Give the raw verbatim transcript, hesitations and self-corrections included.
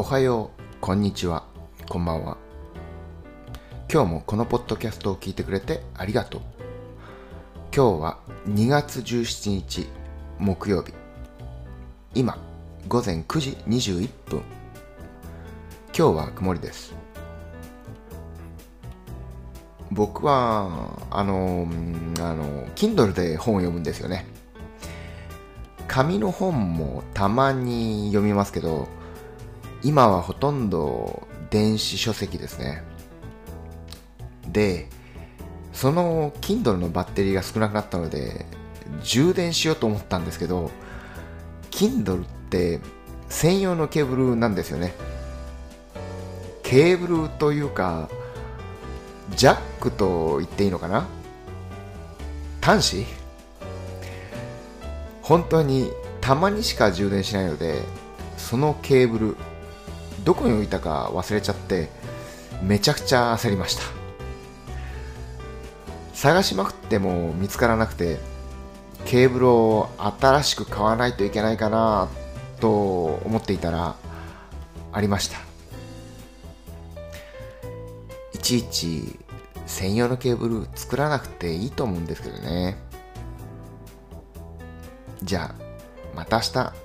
はよう、こんにちは、こんばんは。今日もこのポッドキャストを聞いてくれてありがとう。今日はにがつじゅうしちにち木曜日。今、ごぜんくじにじゅういっぷん。今日は曇りです。僕は、あの、あの、Kindle で本を読むんですよね。紙の本もたまに読みますけど、今はほとんど電子書籍ですね。で、その Kindle のバッテリーが少なくなったので充電しようと思ったんですけど、 Kindle って専用のケーブルなんですよね。ケーブルというかジャックと言っていいのかな、端子。本当にたまにしか充電しないので、そのケーブルどこに置いたか忘れちゃってめちゃくちゃ焦りました。探しまくっても見つからなくて、ケーブルを新しく買わないといけないかなと思っていたらありました。いちいち専用のケーブル作らなくていいと思うんですけどね。じゃあまた明日。